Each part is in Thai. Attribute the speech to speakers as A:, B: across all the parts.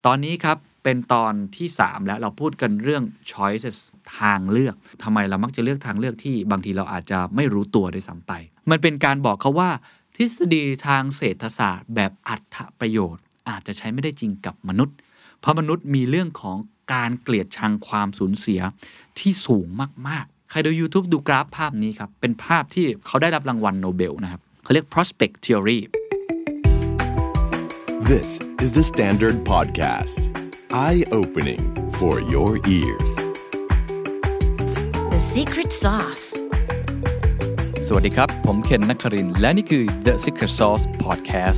A: ตอนนี้ครับเป็นตอนที่3แล้วเราพูดกันเรื่อง choices ทางเลือกทำไมเรามักจะเลือกทางเลือกที่บางทีเราอาจจะไม่รู้ตัวด้วยซ้ำไปมันเป็นการบอกเขาว่าทฤษฎีทางเศรษฐศาสตร์แบบอรรถประโยชน์อาจจะใช้ไม่ได้จริงกับมนุษย์เพราะมนุษย์มีเรื่องของการเกลียดชังความสูญเสียที่สูงมากๆใครดู YouTube ดูกราฟภาพนี้ครับเป็นภาพที่เขาได้รับรางวัลโนเบลนะครับเขาเรียก prospect theory
B: This is the Standard Podcast. Eye-opening for your ears.
C: The Secret Sauce.
D: สวัสดีครับผมเคนนครินทร์และนี่คือ The Secret Sauce Podcast.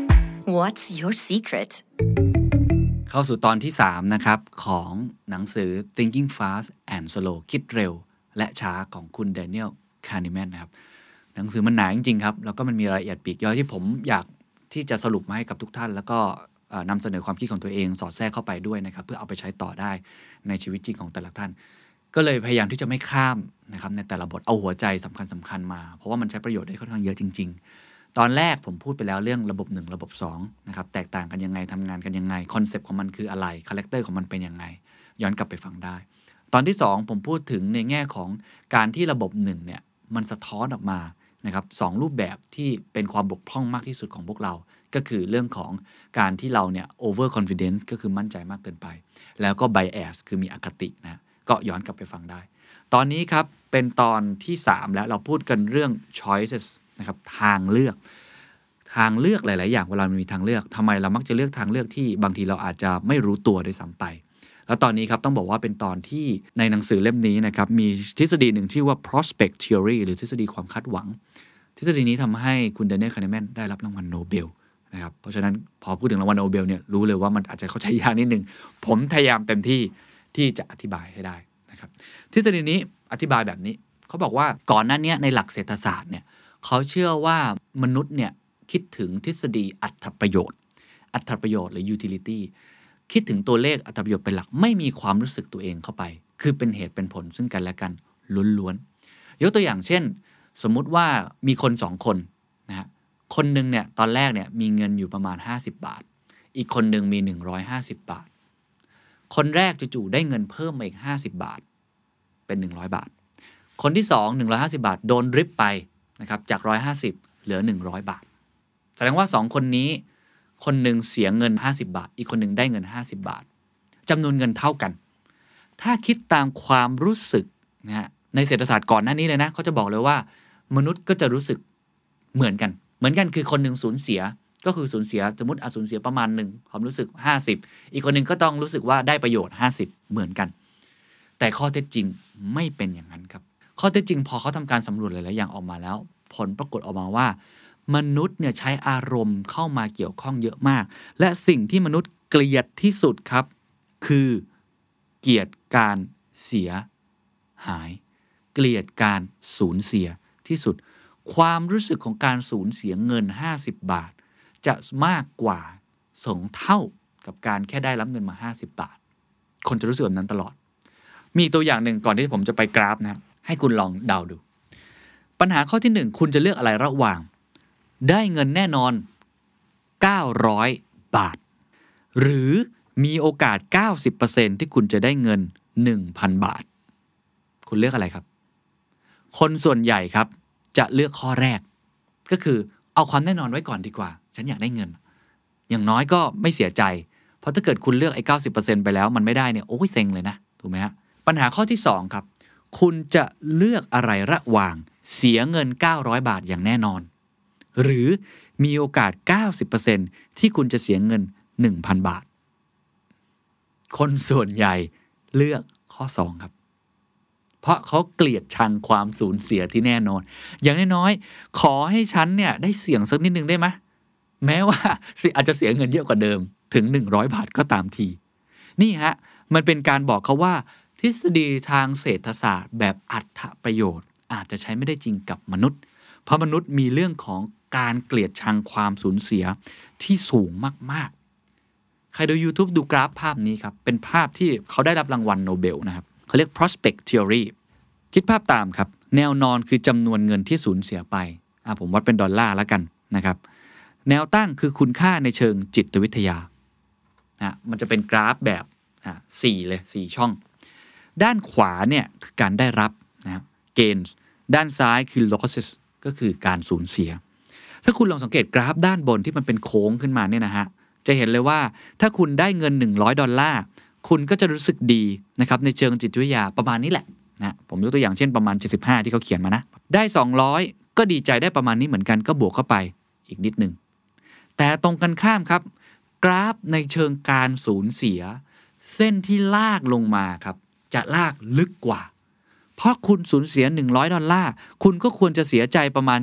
C: What's your secret?
A: เข้าสู่ตอนที่3นะครับของหนังสือ Thinking Fast and Slow คิดเร็วและช้าของคุณ Daniel Kahneman นะครับหนังสือมันหนาจริงๆครับแล้วก็มันมีรายละเอียดปลีกย่อยที่ผมอยากที่จะสรุปมาให้กับทุกท่านแล้วก็นำเสนอความคิดของตัวเองสอดแทรกเข้าไปด้วยนะครับเพื่อเอาไปใช้ต่อได้ในชีวิตจริงของแต่ละท่านก็เลยพยายามที่จะไม่ข้ามนะครับในแต่ละบทเอาหัวใจสำคัญมาเพราะว่ามันใช้ประโยชน์ได้ค่อนข้างเยอะจริงๆตอนแรกผมพูดไปแล้วเรื่องระบบ1ระบบ2นะครับแตกต่างกันยังไงทำงานกันยังไงคอนเซปต์ของมันคืออะไรคาแรคเตอร์ของมันเป็นยังไงย้อนกลับไปฟังได้ตอนที่2ผมพูดถึงในแง่ของการที่ระบบ1เนี่ยมันสะท้อนออกมานะครับ2รูปแบบที่เป็นความบกพร่องมากที่สุดของพวกเราก็คือเรื่องของการที่เราเนี่ย over confidence ก็คือมั่นใจมากเกินไปแล้วก็ bias คือมีอคตินะก็ย้อนกลับไปฟังได้ตอนนี้ครับเป็นตอนที่3แล้วเราพูดกันเรื่อง choices นะครับทางเลือกหลายๆอย่างเวลามันมีทางเลือกทำไมเรามักจะเลือกทางเลือกที่บางทีเราอาจจะไม่รู้ตัวด้วยซ้ำไปแล้วตอนนี้ครับต้องบอกว่าเป็นตอนที่ในหนังสือเล่มนี้นะครับมีทฤษฎีหนึ่งชื่อว่า prospect theory หรือทฤษฎีความคาดหวังทฤษฎีนี้ทำให้คุณ Daniel Kahneman ได้รับรางวัลโนเบลนะครับเพราะฉะนั้นพอพูดถึงรางวัลโนเบลเนี่ยรู้เลยว่ามันอาจจะเข้าใจยากนิดนึงผมพยายามเต็มที่ที่จะอธิบายให้ได้นะครับทฤษฎีนี้อธิบายแบบนี้เขาบอกว่าก่อนหน้านี้ในหลักเศรษฐศาสตร์เนี่ยเขาเชื่อว่ามนุษย์เนี่ยคิดถึงทฤษฎีอรรถประโยชน์หรือ utility คิดถึงตัวเลขอรรถประโยชน์เป็นหลักไม่มีความรู้สึกตัวเองเข้าไปคือเป็นเหตุเป็นผลซึ่งกันและกันล้วนๆยกตัวอย่างเช่นสมมุติว่ามีคน2คนนะฮะคนนึงเนี่ยตอนแรกเนี่ยมีเงินอยู่ประมาณ50บาทอีกคนนึงมี150บาทคนแรกจู่ๆได้เงินเพิ่มมาอีก50บาทเป็น100บาทคนที่2 150บาทโดนริบไปนะครับจาก150เหลือ100บาทแสดงว่า2คนนี้คนหนึ่งเสียเงิน50บาทอีกคนหนึ่งได้เงิน50บาทจำนวนเงินเท่ากันถ้าคิดตามความรู้สึกนะฮะในเศรษฐศาสตร์ก่อนหน้านี้เลยนะเขาจะบอกเลยว่ามนุษย์ก็จะรู้สึกเหมือนกันคือคนหนึ่งสูญเสียก็คือสูญเสียสมมติสูญเสียประมาณ1ความรู้สึก50อีกคนหนึ่งก็ต้องรู้สึกว่าได้ประโยชน์50เหมือนกันแต่ข้อเท็จจริงไม่เป็นอย่างนั้นครับข้อเท็จจริงพอเขาทำการสำรวจหลายๆอย่างออกมาแล้วผลปรากฏออกมาว่ามนุษย์เนี่ยใช้อารมณ์เข้ามาเกี่ยวข้องเยอะมากและสิ่งที่มนุษย์เกลียดที่สุดครับคือเกลียดการเสียหายเกลียดการสูญเสียที่สุดความรู้สึกของการสูญเสียเงิน50บาทจะมากกว่า2เท่ากับการแค่ได้รับเงินมา50บาทคนจะรู้สึกแบบนั้นตลอดมีตัวอย่างหนึ่งก่อนที่ผมจะไปกราฟนะให้คุณลองเดาดูปัญหาข้อที่1คุณจะเลือกอะไรระหว่างได้เงินแน่นอน900บาทหรือมีโอกาส 90% ที่คุณจะได้เงิน 1,000 บาทคุณเลือกอะไรครับคนส่วนใหญ่ครับจะเลือกข้อแรกก็คือเอาความแน่นอนไว้ก่อนดีกว่าฉันอยากได้เงินอย่างน้อยก็ไม่เสียใจเพราะถ้าเกิดคุณเลือกไอ้ 90% ไปแล้วมันไม่ได้เนี่ยโอ้ยเซ็งเลยนะถูกไหมฮะปัญหาข้อที่2ครับคุณจะเลือกอะไรระหว่างเสียเงิน900บาทอย่างแน่นอนหรือมีโอกาส 90% ที่คุณจะเสียเงิน 1,000 บาทคนส่วนใหญ่เลือกข้อ2ครับเพราะเขาเกลียดชังความสูญเสียที่แน่นอนอย่างน้อยๆขอให้ฉันเนี่ยได้เสี่ยงสักนิดนึงได้ไหมแม้ว่าอาจจะเสียเงินเยอะกว่าเดิมถึง100บาทก็ตามทีนี่ฮะมันเป็นการบอกเขาว่าทฤษฎีทางเศรษฐศาสตร์แบบอรรถประโยชน์อาจจะใช้ไม่ได้จริงกับมนุษย์เพราะมนุษย์มีเรื่องของการเกลียดชังความสูญเสียที่สูงมากๆใครดู YouTube ดูกราฟภาพนี้ครับเป็นภาพที่เขาได้รับรางวัลโนเบลนะครับเขาเรียก prospect theory คิดภาพตามครับแนวนอนคือจำนวนเงินที่สูญเสียไปผมวัดเป็นดอลลาร์แล้วกันนะครับแนวตั้งคือคุณค่าในเชิงจิตวิทยานะมันจะเป็นกราฟแบบ4เลย4ช่องด้านขวาเนี่ยคือการได้รับนะครับ gains ด้านซ้ายคือ losses ก็คือการสูญเสียถ้าคุณลองสังเกตกราฟด้านบนที่มันเป็นโค้งขึ้นมาเนี่ยนะฮะจะเห็นเลยว่าถ้าคุณได้เงิน$100คุณก็จะรู้สึกดีนะครับในเชิงจิตวิทยาประมาณนี้แหละนะผมยกตัวอย่างเช่นประมาณ75ที่เขาเขียนมานะได้200ก็ดีใจได้ประมาณนี้เหมือนกันก็บวกเข้าไปอีกนิดนึงแต่ตรงกันข้ามครับกราฟในเชิงการสูญเสียเส้นที่ลากลงมาครับจะลากลึกกว่าเพราะคุณสูญเสีย$100คุณก็ควรจะเสียใจประมาณ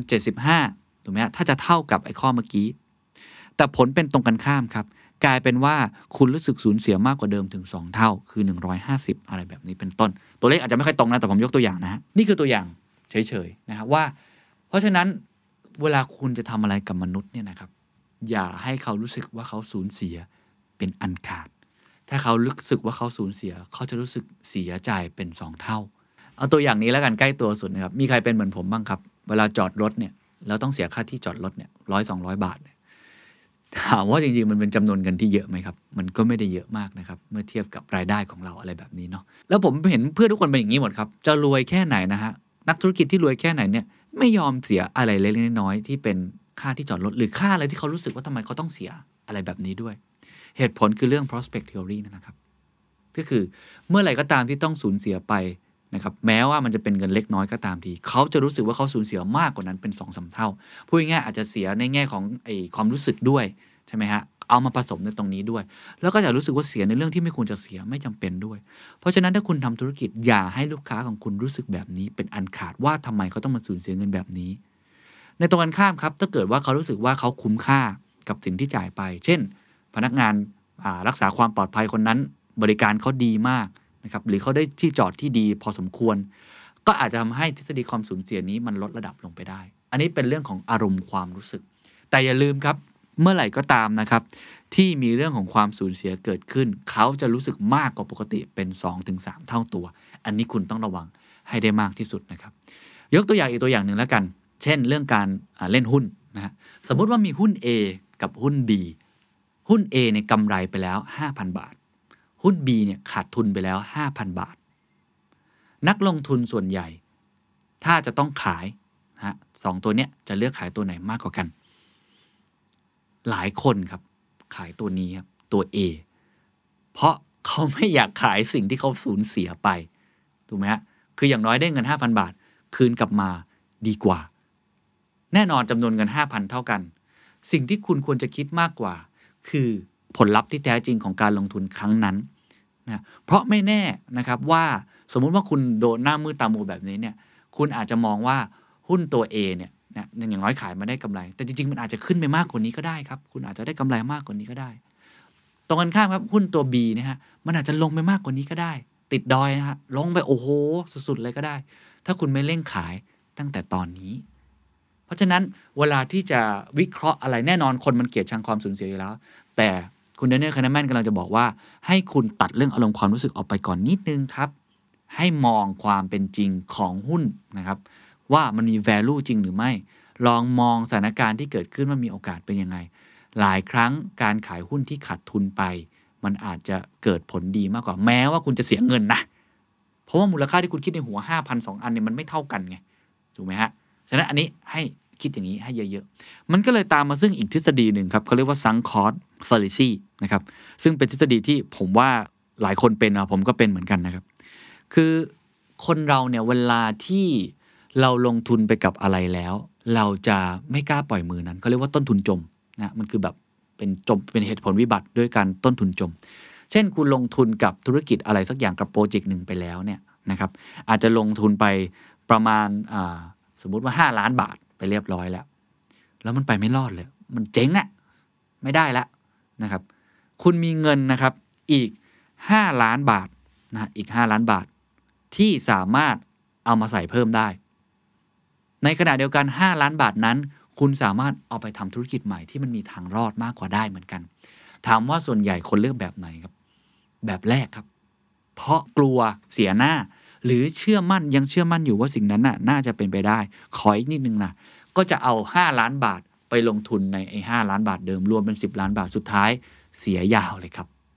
A: 75ถูกไหมฮะถ้าจะเท่ากับไอ้ข้อเมื่อกี้แต่ผลเป็นตรงกันข้ามครับกลายเป็นว่าคุณรู้สึกสูญเสียมากกว่าเดิมถึง2เท่าคือ150อะไรแบบนี้เป็นต้นตัวเลขอาจจะไม่ค่อยตรงนะแต่ผมยกตัวอย่างนะฮะนี่คือตัวอย่างเฉยๆนะครับว่าเพราะฉะนั้นเวลาคุณจะทำอะไรกับมนุษย์เนี่ยนะครับอย่าให้เขารู้สึกว่าเขาสูญเสียเป็นอันขาดถ้าเขารู้สึกว่าเขาสูญเสียเขาจะรู้สึกเสียใจเป็น2เท่าเอาตัวอย่างนี้แล้วกันใกล้ตัวสุดนะครับมีใครเป็นเหมือนผมบ้างครับเวลาจอดรถเนี่ยเราต้องเสียค่าที่จอดรถเนี่ย100-200 บาทถามว่าจริงๆมันเป็นจำนวนเงินที่เยอะไหมครับมันก็ไม่ได้เยอะมากนะครับเมื่อเทียบกับรายได้ของเราอะไรแบบนี้เนาะแล้วผมเห็นเพื่อนทุกคนเป็นอย่างนี้หมดครับจะรวยแค่ไหนนะฮะนักธุรกิจที่รวยแค่ไหนเนี่ยไม่ยอมเสียอะไรเล็กๆน้อยๆที่เป็นค่าที่จอดรถหรือค่าอะไรที่เขารู้สึกว่าทำไมเขาต้องเสียอะไรแบบนี้ด้วยเหตุผลคือเรื่อง prospect theory นะครับก็คือเมื่อไหร่ก็ตามที่ต้องสูญเสียไปนะครับแม้ว่ามันจะเป็นเงินเล็กน้อยก็ตามทีเขาจะรู้สึกว่าเขาสูญเสียมากกว่านั้นเป็น 2-3 เท่าพูดง่ายๆอาจจะเสียในแง่ของความรู้สึกด้วยใช่ไหมฮะเอามาผสมในตรงนี้ด้วยแล้วก็จะรู้สึกว่าเสียในเรื่องที่ไม่ควรจะเสียไม่จำเป็นด้วยเพราะฉะนั้นถ้าคุณทำธุรกิจอย่าให้ลูกค้าของคุณรู้สึกแบบนี้เป็นอันขาดว่าทำไมเขาต้องมาสูญเสียเงินแบบนี้ในตรงกันข้ามครับถ้าเกิดว่าเขารู้สึกว่าเขาคุ้มค่ากับสิ่งที่จ่ายไปเช่นพนักงานรักษาความปลอดภัยคนนั้นบริการเขาดีมากนะครับหรือเขาได้ที่จอดที่ดีพอสมควรก็อาจจะทำให้ทฤษฎีความสูญเสียนี้มันลดระดับลงไปได้อันนี้เป็นเรื่องของอารมณ์ความรู้สึกแต่อย่าลืมครับเมื่อไหร่ก็ตามนะครับที่มีเรื่องของความสูญเสียเกิดขึ้นเขาจะรู้สึกมากกว่าปกติเป็น 2-3 เท่าตัวอันนี้คุณต้องระวังให้ได้มากที่สุดนะครับยกตัวอย่างอีกตัวอย่างหนึ่งแล้วกันเช่นเรื่องการเล่นหุ้นนะฮะสมมุติว่ามีหุ้น A กับหุ้น B หุ้น A เนี่ยกำไรไปแล้ว 5,000 บาทหุ้น B เนี่ยขาดทุนไปแล้ว 5,000 บาทนักลงทุนส่วนใหญ่ถ้าจะต้องขายนะฮะ2ตัวเนี้ยจะเลือกขายตัวไหนมากกว่ากันหลายคนครับขายตัวนี้ครับตัว A เพราะเขาไม่อยากขายสิ่งที่เขาสูญเสียไปถูกไหมฮะคืออย่างน้อยได้เงิน 5,000 บาทคืนกลับมาดีกว่าแน่นอนจำนวนเงิน 5,000 เท่ากันสิ่งที่คุณควรจะคิดมากกว่าคือผลลัพธ์ที่แท้จริงของการลงทุนครั้งนั้นนะเพราะไม่แน่นะครับว่าสมมุติว่าคุณโดนหน้ามืดตามัวแบบนี้เนี่ยคุณอาจจะมองว่าหุ้นตัว A เนี่ยนะอย่างน้อยขายมาได้กำไรแต่จริงๆมันอาจจะขึ้นไปมากกว่านี้ก็ได้ครับคุณอาจจะได้กำไรมากกว่านี้ก็ได้ตรงกันข้ามครับหุ้นตัว B นะฮะมันอาจจะลงไปมากกว่านี้ก็ได้ติดดอยนะฮะลงไปโอ้โหสุดๆเลยก็ได้ถ้าคุณไม่เร่งขายตั้งแต่ตอนนี้เพราะฉะนั้นเวลาที่จะวิเคราะห์อะไรแน่นอนคนมันเกลียดชังความสูญเสียอยู่แล้วแต่คุณDaniel Kahnemanกำลังจะบอกว่าให้คุณตัดเรื่องอารมณ์ความรู้สึกออกไปก่อนนิดนึงครับให้มองความเป็นจริงของหุ้นนะครับว่ามันมี value จริงหรือไม่ลองมองสถานการณ์ที่เกิดขึ้นว่ามีโอกาสเป็นยังไงหลายครั้งการขายหุ้นที่ขาดทุนไปมันอาจจะเกิดผลดีมากกว่าแม้ว่าคุณจะเสียเงินนะเพราะว่ามูลค่าที่คุณคิดในหัว 5,000 2 อันเนี่ยมันไม่เท่ากันไงถูกไหมฮะฉะนั้นอันนี้ให้คิดอย่างนี้ให้เยอะๆมันก็เลยตามมาซึ่งอีกทฤษฎีหนึ่งครับเขาเรียกว่า sunk cost fallacy นะครับซึ่งเป็นทฤษฎีที่ผมว่าหลายคนเป็นนะผมก็เป็นเหมือนกันนะครับคือคนเราเนี่ยเวลาที่เราลงทุนไปกับอะไรแล้วเราจะไม่กล้าปล่อยมือนั้นเขาเรียกว่าต้นทุนจมนะมันคือแบบเป็นเหตุผลวิบัติด้วยการต้นทุนจมเช่นคุณลงทุนกับธุรกิจอะไรสักอย่างกับโปรเจกต์หนึ่งไปแล้วเนี่ยนะครับอาจจะลงทุนไปประมาณสมมุติว่า5 ล้านบาทไปเรียบร้อยแล้วมันไปไม่รอดเลยมันเจ๊งอ่ะไม่ได้ละนะครับคุณมีเงินนะครับอีก5 ล้านบาทนะอีก5 ล้านบาทที่สามารถเอามาใส่เพิ่มได้ในขณะเดียวกัน5 ล้านบาทนั้นคุณสามารถเอาไปทำธุรกิจใหม่ที่มันมีทางรอดมากกว่าได้เหมือนกันถามว่าส่วนใหญ่คนเลือกแบบไหนครับแบบแรกครับเพราะกลัวเสียหน้าหรือยังเชื่อมั่นอยู่ว่าสิ่งนั้นน่าจะเป็นไปได้ขออีกนิดนึงนะก็จะเอา5 ล้านบาทไปลงทุนใน5 ล้านบาทเดิมรวมเป็น10 ล้านบาทสุดท้ายเสียยาวเลยครับ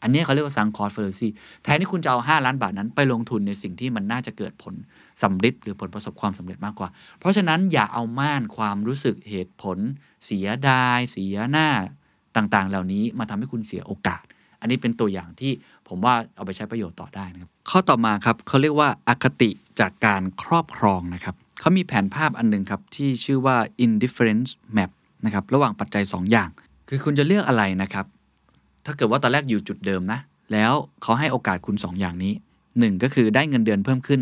A: นนี้เขาเรียกว่า sunk cost fallacy แทนที่คุณจะเอา5ล้านบาทนั้นไปลงทุนในสิ่งที่มันน่าจะเกิดผลสำเร็จหรือผลประสบความสำเร็จมากกว่าเพราะฉะนั้นอย่าเอาม่านความรู้สึกเหตุผลเสียดายเสียหน้าต่างๆเหล่านี้มาทำให้คุณเสียโอกาสอันนี้เป็นตัวอย่างที่ผมว่าเอาไปใช้ประโยชน์ต่อได้นะครับข้อต่อมาครับเขาเรียกว่าอคติจากการครอบครองนะครับเขามีแผนภาพอันนึงครับที่ชื่อว่า indifference map นะครับระหว่างปัจจัย2อย่างคือคุณจะเลือกอะไรนะครับถ้าเกิดว่าตอนแรกอยู่จุดเดิมนะแล้วเขาให้โอกาสคุณ2อย่างนี้1ก็คือได้เงินเดือนเพิ่มขึ้น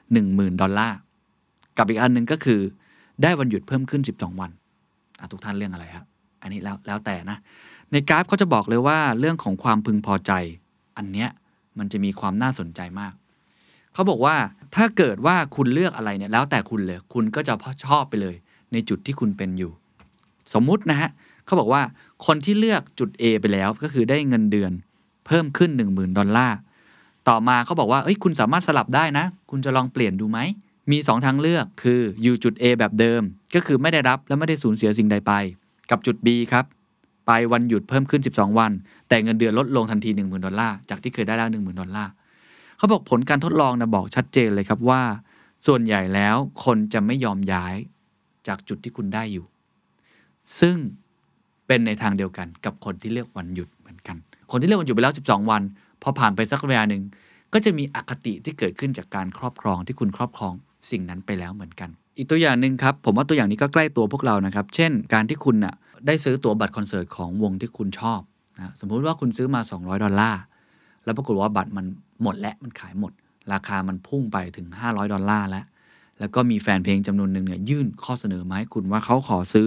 A: $10,000 กับอีกอันนึงก็คือได้วันหยุดเพิ่มขึ้น12วันทุกท่านเรื่องอะไรครับอันนี้แล้วแต่นะในกราฟเขาจะบอกเลยว่าเรื่องของความพึงพอใจอันเนี้ยมันจะมีความน่าสนใจมากเขาบอกว่าถ้าเกิดว่าคุณเลือกอะไรเนี่ยแล้วแต่คุณเลยคุณก็จะชอบไปเลยในจุดที่คุณเป็นอยู่สมมุตินะฮะเขาบอกว่าคนที่เลือกจุด A ไปแล้วก็คือได้เงินเดือนเพิ่มขึ้น $10,000 ต่อมาเขาบอกว่าคุณสามารถสลับได้นะคุณจะลองเปลี่ยนดูไหมมี2ทางเลือกคืออยู่จุด A แบบเดิมก็คือไม่ได้รับและไม่ได้สูญเสียสิ่งใดไปกับจุด B ครับไปวันหยุดเพิ่มขึ้น12วันแต่เงินเดือนลดลงทันที $10,000 จากที่เคยได้แล้ว $10,000 เขาบอกผลการทดลองนะบอกชัดเจนเลยครับว่าส่วนใหญ่แล้วคนจะไม่ยอมย้ายจากจุดที่คุณได้อยู่ซึ่งเป็นในทางเดียวกันกับคนที่เลือกวันหยุดเหมือนกันคนที่เลือกวันหยุดไปแล้ว12วันพอผ่านไปสักเวลานึงก็จะมีอคติที่เกิดขึ้นจากการครอบครองที่คุณครอบครองสิ่งนั้นไปแล้วเหมือนกันอีกตัวอย่างนึงครับผมว่าตัวอย่างนี้ก็ใกล้ตัวพวกเรานะครับเช่นการที่คุณได้ซื้อตั๋วบัตรคอนเสิร์ตของวงที่คุณชอบนะสมมุติว่าคุณซื้อมา$200แล้วปรากฏว่าบัตรมันหมดและมันขายหมดราคามันพุ่งไปถึง$500แล้วก็มีแฟนเพลงจำนวนหนึ่งเนี่ยยื่นข้อเสนอมาให้คุณว่าเขาขอซื้อ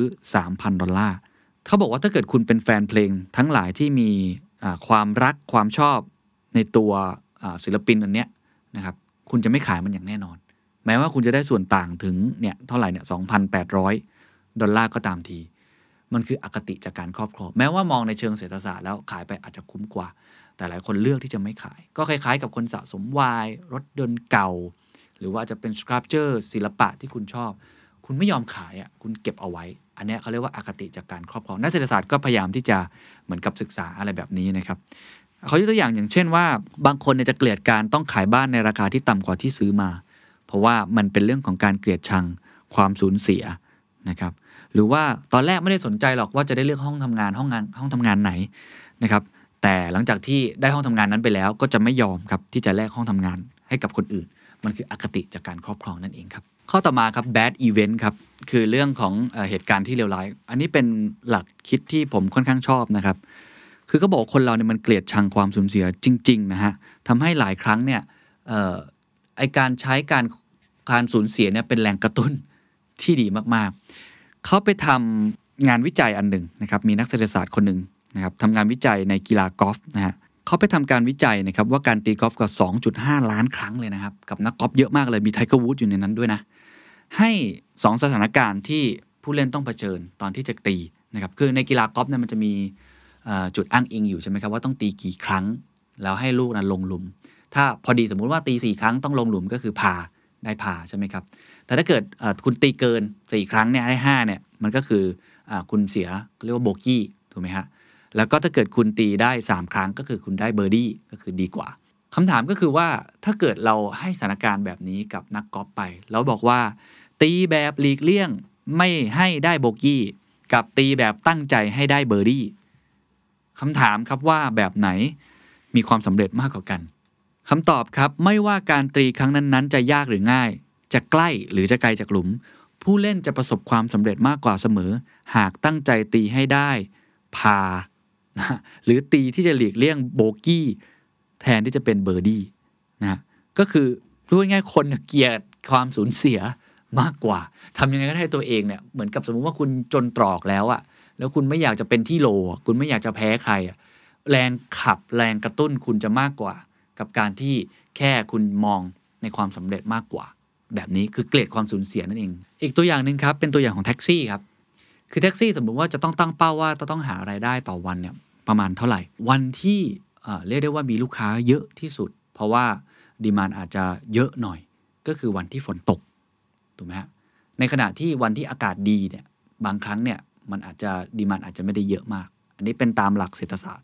A: $3,000เขาบอกว่าถ้าเกิดคุณเป็นแฟนเพลงทั้งหลายที่มีความรักความชอบในตัวศิลปินอันเนี้ยนะครับคุณจะไม่ขายมันอย่างแน่นอนแม้ว่าคุณจะได้ส่วนต่างถึงเนี่ยเท่าไหร่เนี่ย$2,800ก็ตามทีมันคืออคติจากการครอบครองแม้ว่ามองในเชิงเศรษฐศาสตร์แล้วขายไปอาจจะคุ้มกว่าแต่หลายคนเลือกที่จะไม่ขายก็คล้ายๆกับคนสะสมไวน์รถยนต์เก่าหรือว่าจะเป็นสครับเจอร์ศิลปะที่คุณชอบคุณไม่ยอมขายคุณเก็บเอาไว้อันนี้เขาเรียกว่าอคติจากการครอบครองนักเศรษฐศาสตร์ก็พยายามที่จะเหมือนกับศึกษาอะไรแบบนี้นะครับเขายกตัวอย่างเช่นว่าบางคนจะเกลียดการต้องขายบ้านในราคาที่ต่ำกว่าที่ซื้อมาเพราะว่ามันเป็นเรื่องของการเกลียดชังความสูญเสียนะครับหรือว่าตอนแรกไม่ได้สนใจหรอกว่าจะได้เลือกห้องทำงานห้องทำงานไหนนะครับแต่หลังจากที่ได้ห้องทำงานนั้นไปแล้วก็จะไม่ยอมครับที่จะแลกห้องทำงานให้กับคนอื่นมันคืออคติจากการครอบครองนั่นเองครับข้อต่อมาครับ bad event ครับคือเรื่องของเหตุการณ์ที่เลวร้ายอันนี้เป็นหลักคิดที่ผมค่อนข้างชอบนะครับคือก็บอกคนเราเนี่ยมันเกลียดชังความสูญเสียจริงๆนะฮะทำให้หลายครั้งเนี่ยไอการใช้การสูญเสียเนี่ยเป็นแรงกระตุ้นที่ดีมากๆเขาไปทำงานวิจัยอันหนึ่งนะครับมีนักเศรษฐศาสตร์คนหนึ่งนะครับทำงานวิจัยในกีฬากอล์ฟนะฮะเขาไปทำการวิจัยนะครับว่าการตีกอล์ฟกว่า 2.5 ล้านครั้งเลยนะครับกับนักกอล์ฟเยอะมากเลยมีไทเกอร์วูดส์อยู่ในนั้นด้วยนะให้2สถานการณ์ที่ผู้เล่นต้องเผชิญตอนที่จะตีนะครับคือในกีฬากอล์ฟเนี่ยมันจะมีจุดอ้างอิงอยู่ใช่ไหมครับว่าต้องตีกี่ครั้งแล้วให้ลูกนั้นลงหลุมถ้าพอดีสมมุติว่าตี4ครั้งต้องลงหลุมก็คือพาได้พาใช่ไหมครับแต่ถ้าเกิดคุณตีเกิน4ครั้งเนี่ยได้5เนี่ยมันก็คือคุณเสียเรียกว่าโบกี้ถูกไหมฮะแล้วก็ถ้าเกิดคุณตีได้3ครั้งก็คือคุณได้เบอร์ดี้ก็คือดีกว่าคำถามก็คือว่าถ้าเกิดเราให้สถานการณ์แบบนี้กับนักกอล์ฟไปแล้วบอกว่าตีแบบหลีกเลี่ยงไม่ให้ได้โบกี้กับตีแบบตั้งใจให้ได้เบอร์ดี้คำถามครับว่าแบบไหนมีความสำเร็จมากกว่ากันคำตอบครับไม่ว่าการตีครั้งนั้นๆจะยากหรือง่ายจะใกล้หรือจะไกลจากหลุมผู้เล่นจะประสบความสำเร็จมากกว่าเสมอหากตั้งใจตีให้ได้พานะหรือตีที่จะหลีกเลี่ยงโบกี้แทนที่จะเป็นเบอร์ดี้นะก็คือพูดง่ายๆคนเกลียดความสูญเสียมากกว่าทำยังไงก็ได้ตัวเองเนี่ยเหมือนกับสมมุติว่าคุณจนตรอกแล้วแล้วคุณไม่อยากจะเป็นที่โหลคุณไม่อยากจะแพ้ใครแรงขับแรงกระตุ้นคุณจะมากกว่ากับการที่แค่คุณมองในความสำเร็จมากกว่าแบบนี้คือเกลียดความสูญเสียนั่นเองอีกตัวอย่างนึงครับเป็นตัวอย่างของแท็กซี่ครับคือแท็กซี่สมมติว่าจะต้องตั้งเป้าว่าต้องหารายได้ต่อวันเนี่ยประมาณเท่าไหร่วันที่เรียกได้ว่ามีลูกค้าเยอะที่สุดเพราะว่าดีมานด์อาจจะเยอะหน่อยก็คือวันที่ฝนตกถูกไหมฮะในขณะที่วันที่อากาศดีเนี่ยบางครั้งเนี่ยมันอาจจะดีมานด์อาจจะไม่ได้เยอะมากอันนี้เป็นตามหลักเศรษฐศาสตร์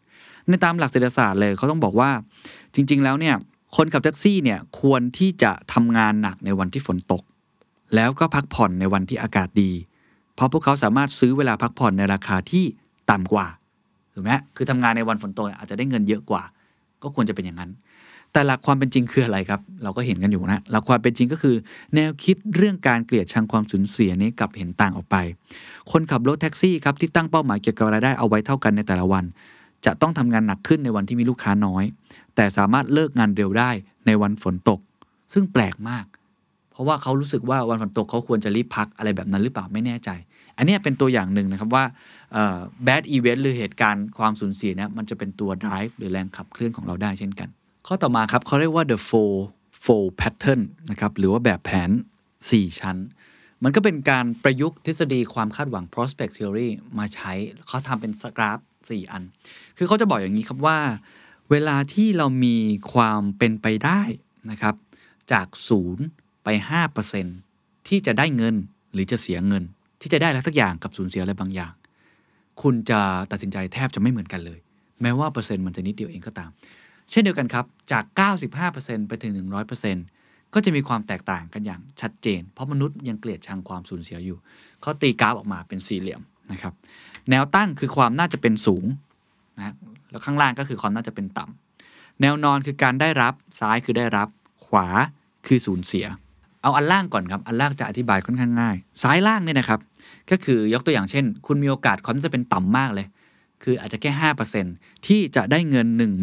A: ในตามหลักเศรษฐศาสตร์เลยเขาต้องบอกว่าจริงๆแล้วเนี่ยคนขับแท็กซี่เนี่ยควรที่จะทำงานหนักในวันที่ฝนตกแล้วก็พักผ่อนในวันที่อากาศดีเพราะพวกเขาสามารถซื้อเวลาพักผ่อนในราคาที่ต่ำกว่าถูกไหมคือทำงานในวันฝนตกอาจจะได้เงินเยอะกว่าก็ควรจะเป็นอย่างนั้นแต่หลักความเป็นจริงคืออะไรครับเราก็เห็นกันอยู่นะหลักความเป็นจริงก็คือแนวคิดเรื่องการเกลียดชังความสูญเสียนี้กับเห็นต่างออกไปคนขับรถแท็กซี่ครับที่ตั้งเป้าหมายเกี่ยวกับรายได้เอาไว้เท่ากันในแต่ละวันจะต้องทำงานหนักขึ้นในวันที่มีลูกค้าน้อยแต่สามารถเลิกงานเร็วได้ในวันฝนตกซึ่งแปลกมากเพราะว่าเขารู้สึกว่าวันฝนตกเขาควรจะรีบพักอะไรแบบนั้นหรือเปล่าไม่แน่ใจอันนี้เป็นตัวอย่างหนึ่งนะครับว่าbad event หรือเหตุการณ์ความสูญเสียเนี่ยมันจะเป็นตัว drive หรือแรงขับเคลื่อนของเราได้เช่นกันข้อต่อมาครับเขาเรียกว่า the four pattern นะครับหรือว่าแบบแผน4ชั้นมันก็เป็นการประยุกต์ทฤษฎีความคาดหวัง prospect theory มาใช้เขาทำเป็นกราฟ4อันคือเขาจะบอกอย่างนี้ครับว่าเวลาที่เรามีความเป็นไปได้นะครับจาก0ไป 5% ที่จะได้เงินหรือจะเสียเงินที่จะได้อะไรสักอย่างกับสูญเสียอะไรบางอย่างคุณจะตัดสินใจแทบจะไม่เหมือนกันเลยแม้ว่าเปอร์เซ็นต์มันจะนิดเดียวเองก็ตามเช่นเดียวกันครับจาก 95% ไปถึง 100% ก็จะมีความแตกต่างกันอย่างชัดเจนเพราะมนุษย์ยังเกลียดชังความสูญเสียอยู่เขาตีกราฟออกมาเป็นสี่เหลี่ยมนะครับแนวตั้งคือความน่าจะเป็นสูงนะแล้วข้างล่างก็คือความน่าจะเป็นต่ำแนวนอนคือการได้รับซ้ายคือได้รับขวาคือสูญเสียเอาอันล่างก่อนครับอันล่างจะอธิบายค่อนข้างง่ายซ้ายล่างเนี่ยนะครับก็คือยกตัวอย่างเช่นคุณมีโอกาสความน่าจะเป็นต่ำมากเลยคืออาจจะแค่ 5% ที่จะได้เงิน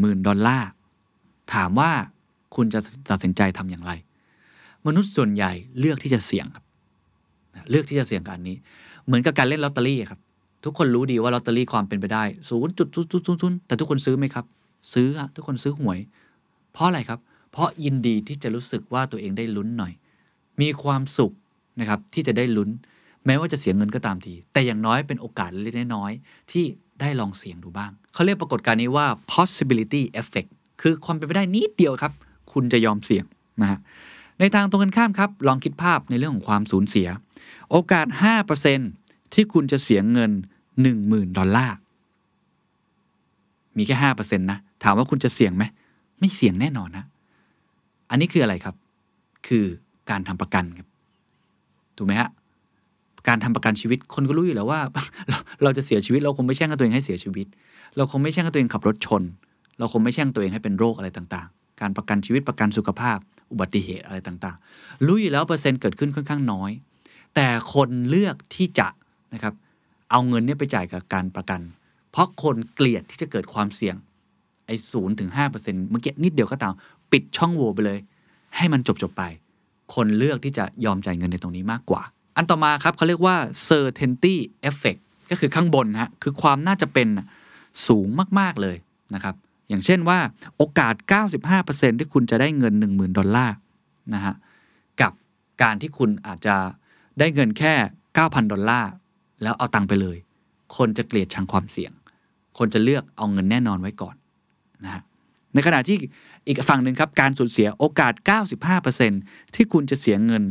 A: $10,000 ถามว่าคุณจะตัดสินใจทำอย่างไรมนุษย์ส่วนใหญ่เลือกที่จะเสี่ยงครับเลือกที่จะเสี่ยงกับอันนี้เหมือนกับการเล่นลอตเตอรี่ครับทุกคนรู้ดีว่าลอตเตอรี่ความเป็นไปได้ 0.0000 แต่ทุกคนซื้อไหมครับซื้อทุกคนซื้อหวยเพราะอะไรครับเพราะยินดีที่จะรู้สึกว่าตัวเองได้ลุ้นหน่อยมีความสุขนะครับที่จะได้ลุ้นแม้ว่าจะเสียเงินก็ตามทีแต่อย่างน้อยเป็นโอกาสเล็กน้อยที่ได้ลองเสี่ยงดูบ้างเขาเรียกปรากฏการณ์นี้ว่า possibility effect คือความเป็นไปได้นิดเดียวครับคุณจะยอมเสี่ยงนะฮะในทางตรงกันข้ามครับลองคิดภาพในเรื่องของความสูญเสียโอกาส 5% ที่คุณจะเสียเงิน $10,000 มีแค่ 5% นะถามว่าคุณจะเสี่ยงไหมไม่เสี่ยงแน่นอนนะอันนี้คืออะไรครับคือการทำประกันครับถูกไหมฮะการทำประกันชีวิตคนก็รู้อยู่แล้วว่า เราจะเสียชีวิตเราคงไม่แช่งตัวเองให้เสียชีวิตเราคงไม่แช่งตัวเองขับรถชนเราคงไม่แช่งตัวเองให้เป็นโรคอะไรต่างๆการประกันชีวิตประกันสุขภาพอุบัติเหตุอะไรต่างๆรู้อยู่แล้วเปอร์เซ็นต์เกิดขึ้นค่อนข้างน้อยแต่คนเลือกที่จะนะครับเอาเงินนี้ไปจ่ายกับการประกันเพราะคนเกลียดที่จะเกิดความเสี่ยงไอ้ 0-5% เมื่อกี้นิดเดียวก็ตามปิดช่องโหว่ไปเลยให้มันจบไปคนเลือกที่จะยอมจ่ายเงินในตรงนี้มากกว่าอันต่อมาครับเขาเรียกว่า certainty effect ก็คือข้างบนฮะคือความน่าจะเป็นสูงมากๆเลยนะครับอย่างเช่นว่าโอกาส 95% ที่คุณจะได้เงิน $10,000 นะฮะกับการที่คุณอาจจะได้เงินแค่ $9,000 แล้วเอาตังค์ไปเลยคนจะเกลียดชังความเสี่ยงคนจะเลือกเอาเงินแน่นอนไว้ก่อนนะฮะในขณะที่อีกฝั่งหนึ่งครับการสูญเสียโอกาส 95% ที่คุณจะเสียเงิน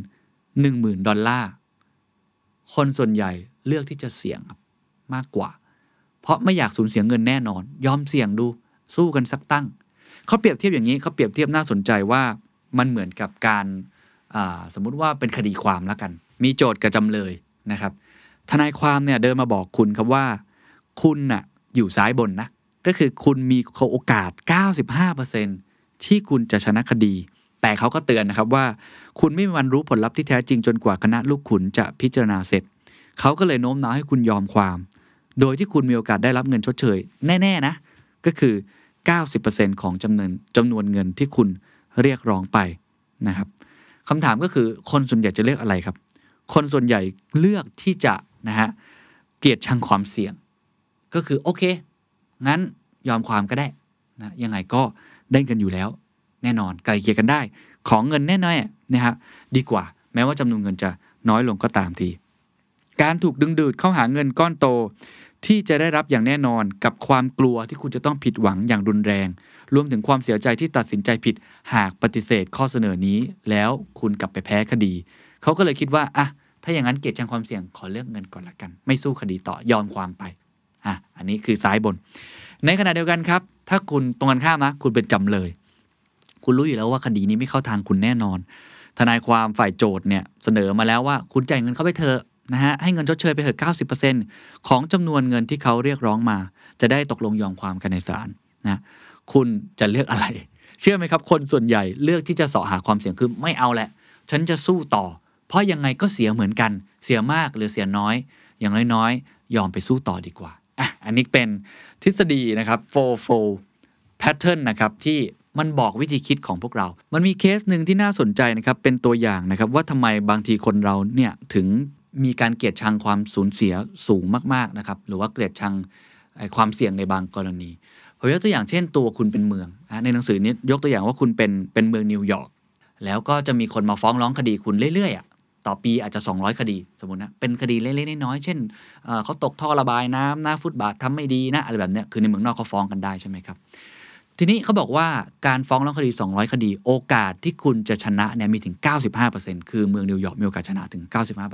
A: $10,000 คนส่วนใหญ่เลือกที่จะเสี่ยงมากกว่าเพราะไม่อยากสูญเสียเงินแน่นอนยอมเสี่ยงดูสู้กันสักตั้งเขาเปรียบเทียบอย่างนี้เขาเปรียบเทียบน่าสนใจว่ามันเหมือนกับการสมมุติว่าเป็นคดีความแล้วกันมีโจทก์กับจำเลยนะครับทนายความเนี่ยเดินมาบอกคุณครับว่าคุณน่ะอยู่ซ้ายบนนะก็คือคุณมีโอกาส 95% ที่คุณจะชนะคดีแต่เขาก็เตือนนะครับว่าคุณไม่มีวันรู้ผลลัพธ์ที่แท้จริงจนกว่าคณะลูกขุนจะพิจารณาเสร็จเขาก็เลยโน้มน้าวให้คุณยอมความโดยที่คุณมีโอกาสได้รับเงินชดเชยแน่ๆนะก็คือ 90% ของจำนวนเงินที่คุณเรียกร้องไปนะครับคำถามก็คือคนส่วนใหญ่จะเลือกอะไรครับคนส่วนใหญ่เลือกที่จะนะฮะเกลียดชังความเสี่ยงก็คือโอเคงั้นยอมความก็ได้นะยังไงก็ได้เงินอยู่แล้วแน่นอนไกลเกลี่ยกันได้ของเงินแน่นอนนะครับดีกว่าแม้ว่าจำนวนเงินจะน้อยลงก็ตามทีการถูกดึงดูดเข้าหาเงินก้อนโตที่จะได้รับอย่างแน่นอนกับความกลัวที่คุณจะต้องผิดหวังอย่างรุนแรงรวมถึงความเสียใจที่ตัดสินใจผิดหากปฏิเสธข้อเสนอนี้แล้วคุณกลับไปแพ้คดีเขาก็เลยคิดว่าอ่ะถ้าอย่างนั้นเกลียดชังความเสี่ยงขอเลือกเงินก่อนละกันไม่สู้คดีต่อยอมความไปอันนี้คือซ้ายบนในขณะเดียวกันครับถ้าคุณตรงกันข้ามนะคุณเป็นจำเลยคุณรู้อยู่แล้วว่าคดีนี้ไม่เข้าทางคุณแน่นอนทนายความฝ่ายโจทก์เนี่ยเสนอมาแล้วว่าคุณจ่ายเงินเข้าไปเถอะนะฮะให้เงินชดเชยไปเถอะ 90% ของจำนวนเงินที่เขาเรียกร้องมาจะได้ตกลงยอมความกันในศาลนะคุณจะเลือกอะไรเชื่อไหมครับคนส่วนใหญ่เลือกที่จะเสาะหาความเสี่ยงคือไม่เอาแหละฉันจะสู้ต่อเพราะยังไงก็เสียเหมือนกันเสียมากหรือเสียน้อยอย่างน้อยๆยอมไปสู้ต่อดีกว่าอันนี้เป็นทฤษฎีนะครับ 4-4 pattern นะครับที่มันบอกวิธีคิดของพวกเรามันมีเคสหนึ่งที่น่าสนใจนะครับเป็นตัวอย่างนะครับว่าทำไมบางทีคนเราเนี่ยถึงมีการเกลียดชังความสูญเสียสูงมากๆนะครับหรือว่าเกลียดชังความเสี่ยงในบางกรณีผมยกตัวอย่างเช่นตัวคุณเป็นเมืองในหนังสือนี้ยกตัวอย่างว่าคุณเป็นเมืองนิวยอร์กแล้วก็จะมีคนมาฟ้องร้องคดีคุณเรื่อยๆต่อปีอาจจะ200คดีสมมุตินะเป็นคดีเล็กๆน้อยๆเช่นเขาตกท่อระบายน้ำหน้าฟุตบาททำไม่ดีนะอะไรแบบนี้คือในเมืองนอกเขาฟ้องกันได้ใช่ไหมครับทีนี้เขาบอกว่าการฟ้องร้องคดี200คดีโอกาสที่คุณจะชนะเนี่ยมีถึง 95% คือเมืองนิวยอร์กมีโอกาสชนะถึง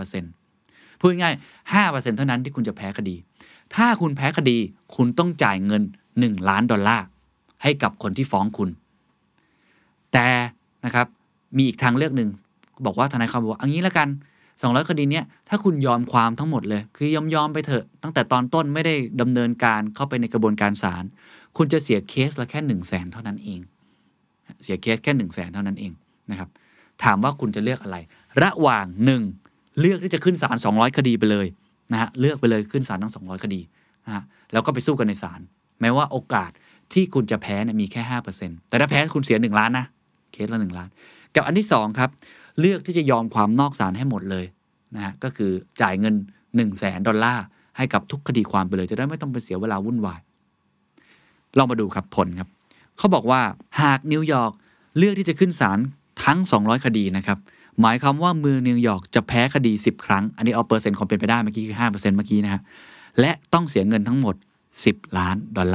A: 95% พูดง่ายๆ 5% เท่านั้นที่คุณจะแพ้คดีถ้าคุณแพ้คดีคุณต้องจ่ายเงิน$1 ล้านให้กับคนที่ฟ้องคุณแต่นะครับมีอีกทางเลือกหนึ่งบอกว่าทนายความบอกว่าอันนี้ละกัน200คดีเนี้ยถ้าคุณยอมความทั้งหมดเลยคือยอมไปเถอะตั้งแต่ตอนต้นไม่ได้ดำเนินการเข้าไปในกระบวนการศาลคุณจะเสียเคสละแค่ 100,000 เท่านั้นเองเสียเคสแค่ 100,000 เท่านั้นเองนะครับถามว่าคุณจะเลือกอะไรระหว่าง1เลือกที่จะขึ้นศาล200คดีไปเลยนะฮะเลือกไปเลยขึ้นศาลทั้ง200คดีนะฮะแล้วก็ไปสู้กันในศาลแม้ว่าโอกาสที่คุณจะแพ้เนี่ยมีแค่ 5% แต่ถ้าแพ้คุณเสีย1ล้านนะเคสละ1ล้านกับอันที่2ครับเลือกที่จะยอมความนอกศาลให้หมดเลยนะฮะก็คือจ่ายเงิน$100,000ให้กับทุกคดีความไปเลยจะได้ไม่ต้องไปเสียเวลาวุ่นวายลองมาดูครับผลครับเขาบอกว่าหากนิวยอร์กเลือกที่จะขึ้นศาลทั้ง200คดีนะครับหมายความว่าเมืองนิวยอร์กจะแพ้คดี10ครั้งอันนี้เอาเปอร์เซ็นต์ความเป็นไปได้เมื่อกี้คือ 5% เมื่อกี้นะฮะและต้องเสียเงินทั้งหมด$10 ล้าน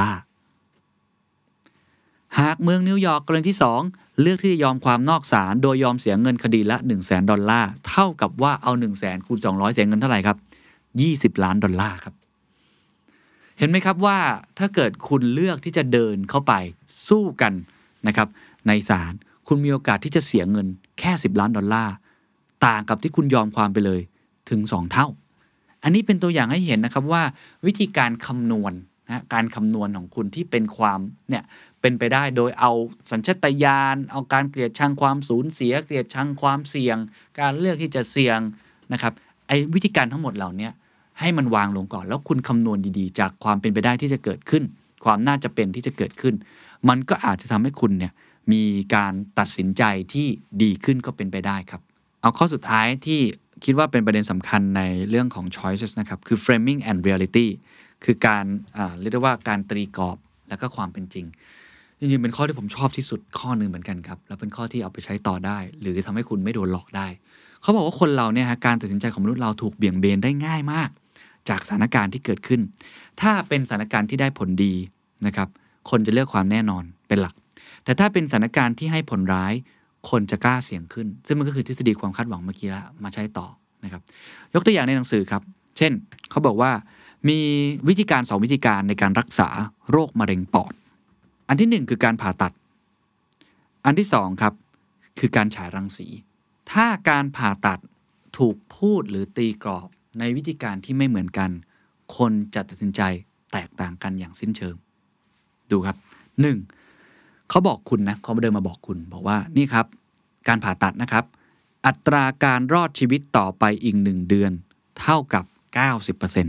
A: หากเมืองนิวยอร์กกรณีที่2เลือกที่จะยอมความนอกศาลโดยยอมเสียเงินคดีละ$100,000เท่ากับว่าเอา100,000คูณ200เสียเงินเท่าไหร่ครับ$20 ล้านครับเห็นไหมครับว่าถ้าเกิดคุณเลือกที่จะเดินเข้าไปสู้กันนะครับในศาลคุณมีโอกาสที่จะเสียเงินแค่$10 ล้านต่างกับที่คุณยอมความไปเลยถึง2เท่าอันนี้เป็นตัวอย่างให้เห็นนะครับว่าวิธีการคำนวณนะการคำนวณของคุณที่เป็นความเนี่ยเป็นไปได้โดยเอาสัญชาตญาณเอาการเกลียดชังความสูญเสียเกลียดชังความเสี่ยงการเลือกที่จะเสี่ยงนะครับไอ้วิธีการทั้งหมดเหล่านี้ให้มันวางลงก่อนแล้วคุณคำนวณดีๆจากความเป็นไปได้ที่จะเกิดขึ้นความน่าจะเป็นที่จะเกิดขึ้นมันก็อาจจะทำให้คุณเนี่ยมีการตัดสินใจที่ดีขึ้นก็เป็นไปได้ครับเอาข้อสุดท้ายที่คิดว่าเป็นประเด็นสำคัญในเรื่องของ choices นะครับคือ framing and reality คือการเรียกได้ว่าการตรีกรอบและก็ความเป็นจริงจริงๆเป็นข้อที่ผมชอบที่สุดข้อหนึ่งเหมือนกันครับแล้วเป็นข้อที่เอาไปใช้ต่อได้หรือทำให้คุณไม่โดนหลอกได้เขาบอกว่าคนเราเนี่ยการตัดสินใจของมนุษย์เราถูกเบี่ยงเบนได้ง่ายมากจากสถานการณ์ที่เกิดขึ้นถ้าเป็นสถานการณ์ที่ได้ผลดีนะครับคนจะเลือกความแน่นอนเป็นหลักแต่ถ้าเป็นสถานการณ์ที่ให้ผลร้ายคนจะกล้าเสี่ยงขึ้นซึ่งมันก็คือทฤษฎีความคาดหวังเมื่อกี้ละมาใช้ต่อนะครับยกตัวอย่างในหนังสือครับเช่นเขาบอกว่ามีวิธีการ2วิธีการในการรักษาโรคมะเร็งปอดอันที่1คือการผ่าตัดอันที่2ครับคือการฉายรังสีถ้าการผ่าตัดถูกพูดหรือตีกรอบในวิธีการที่ไม่เหมือนกันคนจะตัดสินใจแตกต่างกันอย่างสิ้นเชิงดูครับ1เขาบอกคุณนะเขาเดินมาบอกคุณบอกว่านี่ครับการผ่าตัดนะครับอัตราการรอดชีวิตต่อไปอีก1เดือนเท่ากับ 90%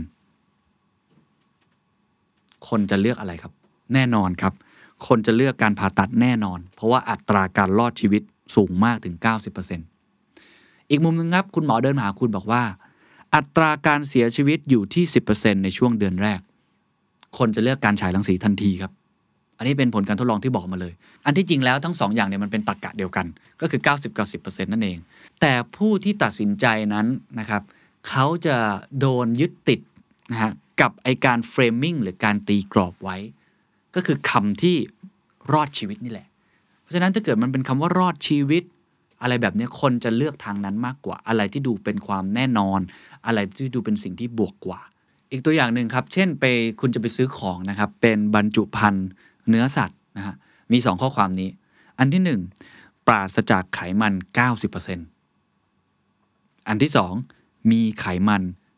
A: คนจะเลือกอะไรครับแน่นอนครับคนจะเลือกการผ่าตัดแน่นอนเพราะว่าอัตราการรอดชีวิตสูงมากถึง 90% อีกมุมนึงครับคุณหมอเดินมาหาคุณบอกว่าอัตราการเสียชีวิตอยู่ที่ 10% ในช่วงเดือนแรกคนจะเลือกการฉายรังสีทันทีครับอันนี้เป็นผลการทดลองที่บอกมาเลยอันที่จริงแล้วทั้ง2อย่างเนี่ยมันเป็นตรรกะเดียวกันก็คือ 90% นั่นเองแต่ผู้ที่ตัดสินใจนั้นนะครับเขาจะโดนยึดติดนะฮะกับไอการเฟรมมิ่งหรือการตีกรอบไว้ก็คือคำที่รอดชีวิตนี่แหละเพราะฉะนั้นถ้าเกิดมันเป็นคำว่ารอดชีวิตอะไรแบบนี้คนจะเลือกทางนั้นมากกว่าอะไรที่ดูเป็นความแน่นอนอะไรที่ดูเป็นสิ่งที่บวกกว่าอีกตัวอย่างหนึ่งครับเช่นคุณจะไปซื้อของนะครับเป็นบรรจุภัณฑ์เนื้อสัตว์นะฮะมี2ข้อความนี้อันที่1ปราศจากไขมัน 90% อันที่2มีไขมัน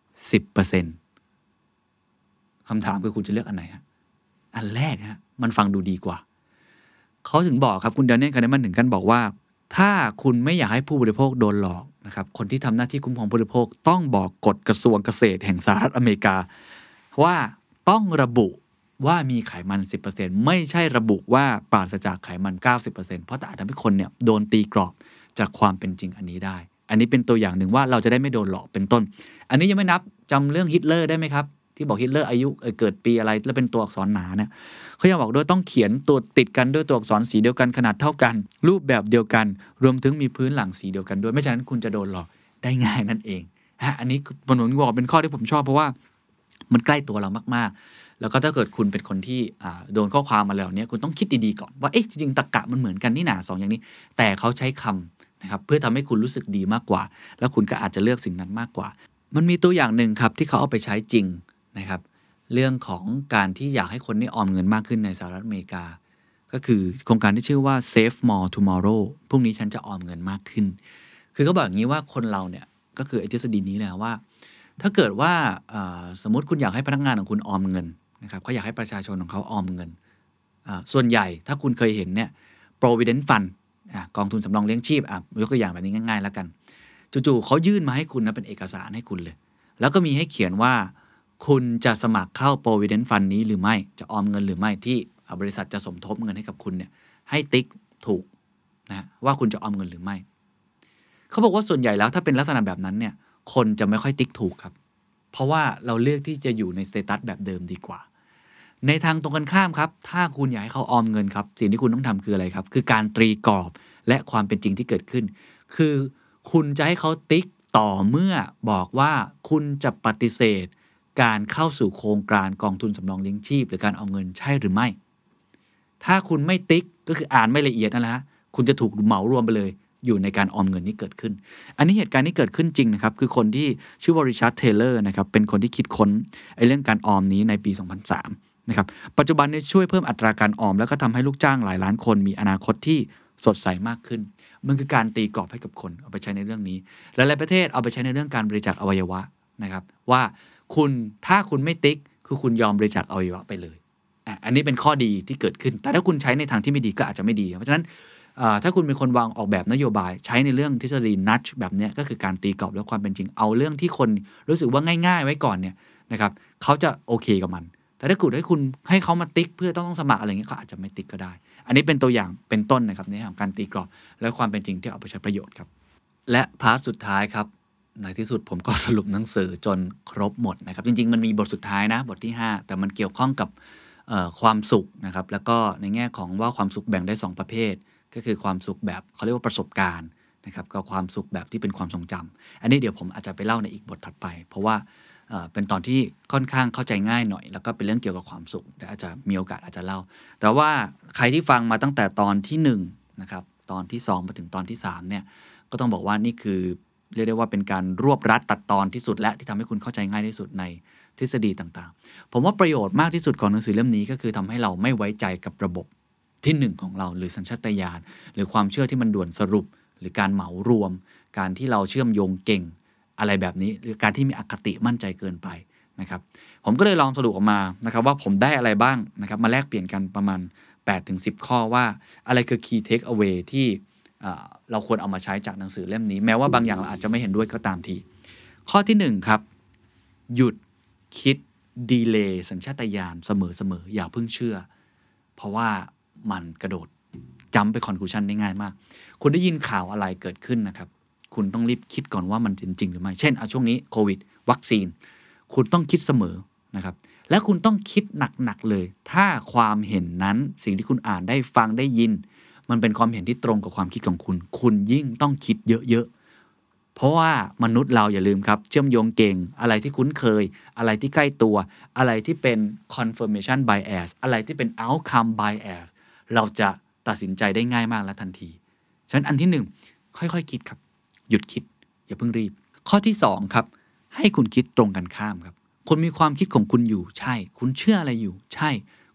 A: 10% คำถามคือคุณจะเลือกอันไหนฮะอันแรกฮะมันฟังดูดีกว่าเขาถึงบอกครับคุณDaniel Kahnemanถึงกันบอกว่าถ้าคุณไม่อยากให้ผู้บริโภคโดนหลอกนะครับคนที่ทำหน้าที่คุ้มครองผู้บริโภคต้องบอกกฎกระทรวงเกษตรแห่งสหรัฐอเมริกาว่าต้องระบุว่ามีไขมัน 10% ไม่ใช่ระบุว่าปราศจากไขมัน 90% เพราะอาจทำให้คนเนี่ยโดนตีกรอบจากความเป็นจริงอันนี้ได้อันนี้เป็นตัวอย่างหนึ่งว่าเราจะได้ไม่โดนหลอกเป็นต้นอันนี้ยังไม่นับจำเรื่องฮิตเลอร์ได้ไหมครับที่บอกฮิตเลอร์อายุเกิดปีอะไรแล้วเป็นตัวอักษรหนาเนี่ยเขายังบอกด้วยต้องเขียนตัวติดกันด้วยตัวอักษรสีเดียวกันขนาดเท่ากันรูปแบบเดียวกันรวมถึงมีพื้นหลังสีเดียวกันด้วยไม่ฉะนั้นคุณจะโดนหลอกได้ง่ายนั่นเองอันนี้ผมบอกเป็นข้อที่ผมชอบเพราะว่ามันใกล้ตัวเรามากๆแล้วก็ถ้าเกิดคุณเป็นคนที่โดนข้อความมาแล้วเนี่ยคุณต้องคิดดีๆก่อนว่าจริงๆตรรกะมันเหมือนกันนี่หนา2อย่างนี้แต่เขาใช้คำนะครับเพื่อทำให้คุณรู้สึกดีมากกว่าแล้วคุณก็อาจจะเลือกสิ่งนั้นมากกว่ามันมีตัวอย่างหนึ่งครับที่เขาเอาไปใช้จริงนะครับเรื่องของการที่อยากให้คนได้ออมเงินมากขึ้นในสหรัฐอเมริกาก็คือโครงการที่ชื่อว่า Save More Tomorrow พรุ่งนี้ฉันจะออมเงินมากขึ้นคือเขาบอกอย่างนี้ว่าคนเราเนี่ยก็คือทฤษฎีนี้แหละว่าถ้าเกิดว่าสมมติคุณอยากให้พนักงานของคุณออมเงินนะครับเขาอยากให้ประชาชนของเขาออมเงินส่วนใหญ่ถ้าคุณเคยเห็นเนี่ย Provident Fund กองทุนสำรองเลี้ยงชีพยกตัวอย่างแบบนี้ง่ายๆแล้วกันจู่ๆเขายื่นมาให้คุณนะเป็นเอกสารให้คุณเลยแล้วก็มีให้เขียนว่าคุณจะสมัครเข้า Provident Fund นี้หรือไม่จะออมเงินหรือไม่ที่บริษัทจะสมทบเงินให้กับคุณเนี่ยให้ติ๊กถูกนะว่าคุณจะออมเงินหรือไม่เขาบอกว่าส่วนใหญ่แล้วถ้าเป็นลักษณะแบบนั้นเนี่ยคนจะไม่ค่อยติ๊กถูกครับเพราะว่าเราเลือกที่จะอยู่ในสเตตัสแบบเดิมดีกว่าในทางตรงกันข้ามครับถ้าคุณอยากให้เขาออมเงินครับสิ่งที่คุณต้องทำคืออะไรครับคือการตรีกรอบและความเป็นจริงที่เกิดขึ้นคือคุณจะให้เขาติ๊กต่อเมื่อบอกว่าคุณจะปฏิเสธการเข้าสู่โครงการกองทุนสำรองเลี้ยงชีพหรือการออมเงินใช่หรือไม่ถ้าคุณไม่ติ๊กก็คืออ่านไม่ละเอียดนั่นแหละคุณจะถูกเหมารวมไปเลยอยู่ในการออมเงินนี้เกิดขึ้นอันนี้เหตุการณ์นี้เกิดขึ้นจริงนะครับคือคนที่ชื่อว่าริชาร์ดเทเลอร์นะครับเป็นคนที่คิดค้นเรื่องการออมนี้ในปี 2003 นะครับปัจจุบันนี้ช่วยเพิ่มอัตราการออมแล้วก็ทำให้ลูกจ้างหลายล้านคนมีอนาคตที่สดใสมากขึ้นมันคือการตีกรอบให้กับคนเอาไปใช้ในเรื่องนี้หลายๆประเทศเอาไปใช้ในเรื่องการบริจาคอวัยวะนะครับว่าถ้าคุณไม่ติ๊กคือคุณยอมบริจาคอวัยวะไปเลยอันนี้เป็นข้อดีที่เกิดขึ้นแต่ถ้าคุณใช้ในทางที่ไม่ดีก็อาจจะไม่ดีเพราะฉะนั้นถ้าคุณเป็นคนวางออกแบบนโยบายใช้ในเรื่องทฤษฎีนัดแบบนี้ก็คือการตีกรอบและความเป็นจริงเอาเรื่องที่คนรู้สึกว่าง่ายๆไว้ก่อนเนี่ยนะครับเขาจะโอเคกับมันแต่ถ้าคุณให้เขามาติ๊กเพื่อต้องสมัครอะไรเงี้ยเขาอาจจะไม่ติ๊กก็ได้อันนี้เป็นตัวอย่างเป็นต้นนะครับในของการตีกรอบและความเป็นจริงที่เอาไปใช้ประโยชน์ครับและพาร์ทสุดท้ายครับในที่สุดผมก็สรุปหนังสือจนครบหมดนะครับจริงๆมันมีบทสุดท้ายนะบทที่5แต่มันเกี่ยวข้องกับความสุขนะครับแล้วก็ในแง่ของว่าความสุขแบ่งได้2ประเภทก็คือความสุขแบบเขาเรียกว่าประสบการณ์นะครับกับความสุขแบบที่เป็นความทรงจำอันนี้เดี๋ยวผมอาจจะไปเล่าในอีกบทถัดไปเพราะว่าเป็นตอนที่ค่อนข้างเข้าใจง่ายหน่อยแล้วก็เป็นเรื่องเกี่ยวกับความสุขเดี๋ยวอาจจะมีโอกาสอาจจะเล่าแต่ว่าใครที่ฟังมาตั้งแต่ตอนที่1นะครับตอนที่2มาถึงตอนที่3เนี่ยก็ต้องบอกว่านี่คือเรียกได้ว่าเป็นการรวบรัดตัดตอนที่สุดและที่ทำให้คุณเข้าใจง่ายที่สุดในทฤษฎีต่างๆผมว่าประโยชน์มากที่สุดของหนังสือเล่มนี้ก็คือทำให้เราไม่ไว้ใจกับระบบที่1ของเราหรือสัญชาตญาณหรือความเชื่อที่มันด่วนสรุปหรือการเหมารวมการที่เราเชื่อมโยงเก่งอะไรแบบนี้หรือการที่มีอคติมั่นใจเกินไปนะครับผมก็เลยลองสรุปออกมานะครับว่าผมได้อะไรบ้างนะครับมาแลกเปลี่ยนกันประมาณ 8-10 ข้อว่าอะไรคือ key take away ที่เราควรเอามาใช้จากหนังสือเล่มนี้แม้ว่าบางอย่างเราอาจจะไม่เห็นด้วยก็ตามทีข้อที่1ครับหยุดคิดดีเลย์สัญชาตญาณเสมออย่าเพิ่งเชื่อเพราะว่ามันกระโดดจัมป์ไป conclusion ได้ง่ายมากคุณได้ยินข่าวอะไรเกิดขึ้นนะครับคุณต้องรีบคิดก่อนว่ามันจริงหรือไม่เช่นช่วงนี้โควิดวัคซีนคุณต้องคิดเสมอนะครับและคุณต้องคิดหนักๆเลยถ้าความเห็นนั้นสิ่งที่คุณอ่านได้ฟังได้ยินมันเป็นความเห็นที่ตรงกับความคิดของคุณยิ่งต้องคิดเยอะๆเพราะว่ามนุษย์เราอย่าลืมครับเชื่อมโยงเก่งอะไรที่คุ้นเคยอะไรที่ใกล้ตัวอะไรที่เป็น confirmation bias อะไรที่เป็น outcome bias เราจะตัดสินใจได้ง่ายมากและทันทีฉะนั้นอันที่1ค่อยๆคิดครับหยุดคิดอย่าเพิ่งรีบข้อที่2ครับให้คุณคิดตรงกันข้ามครับคุณมีความคิดของคุณอยู่ใช่คุณเชื่ออะไรอยู่ใช่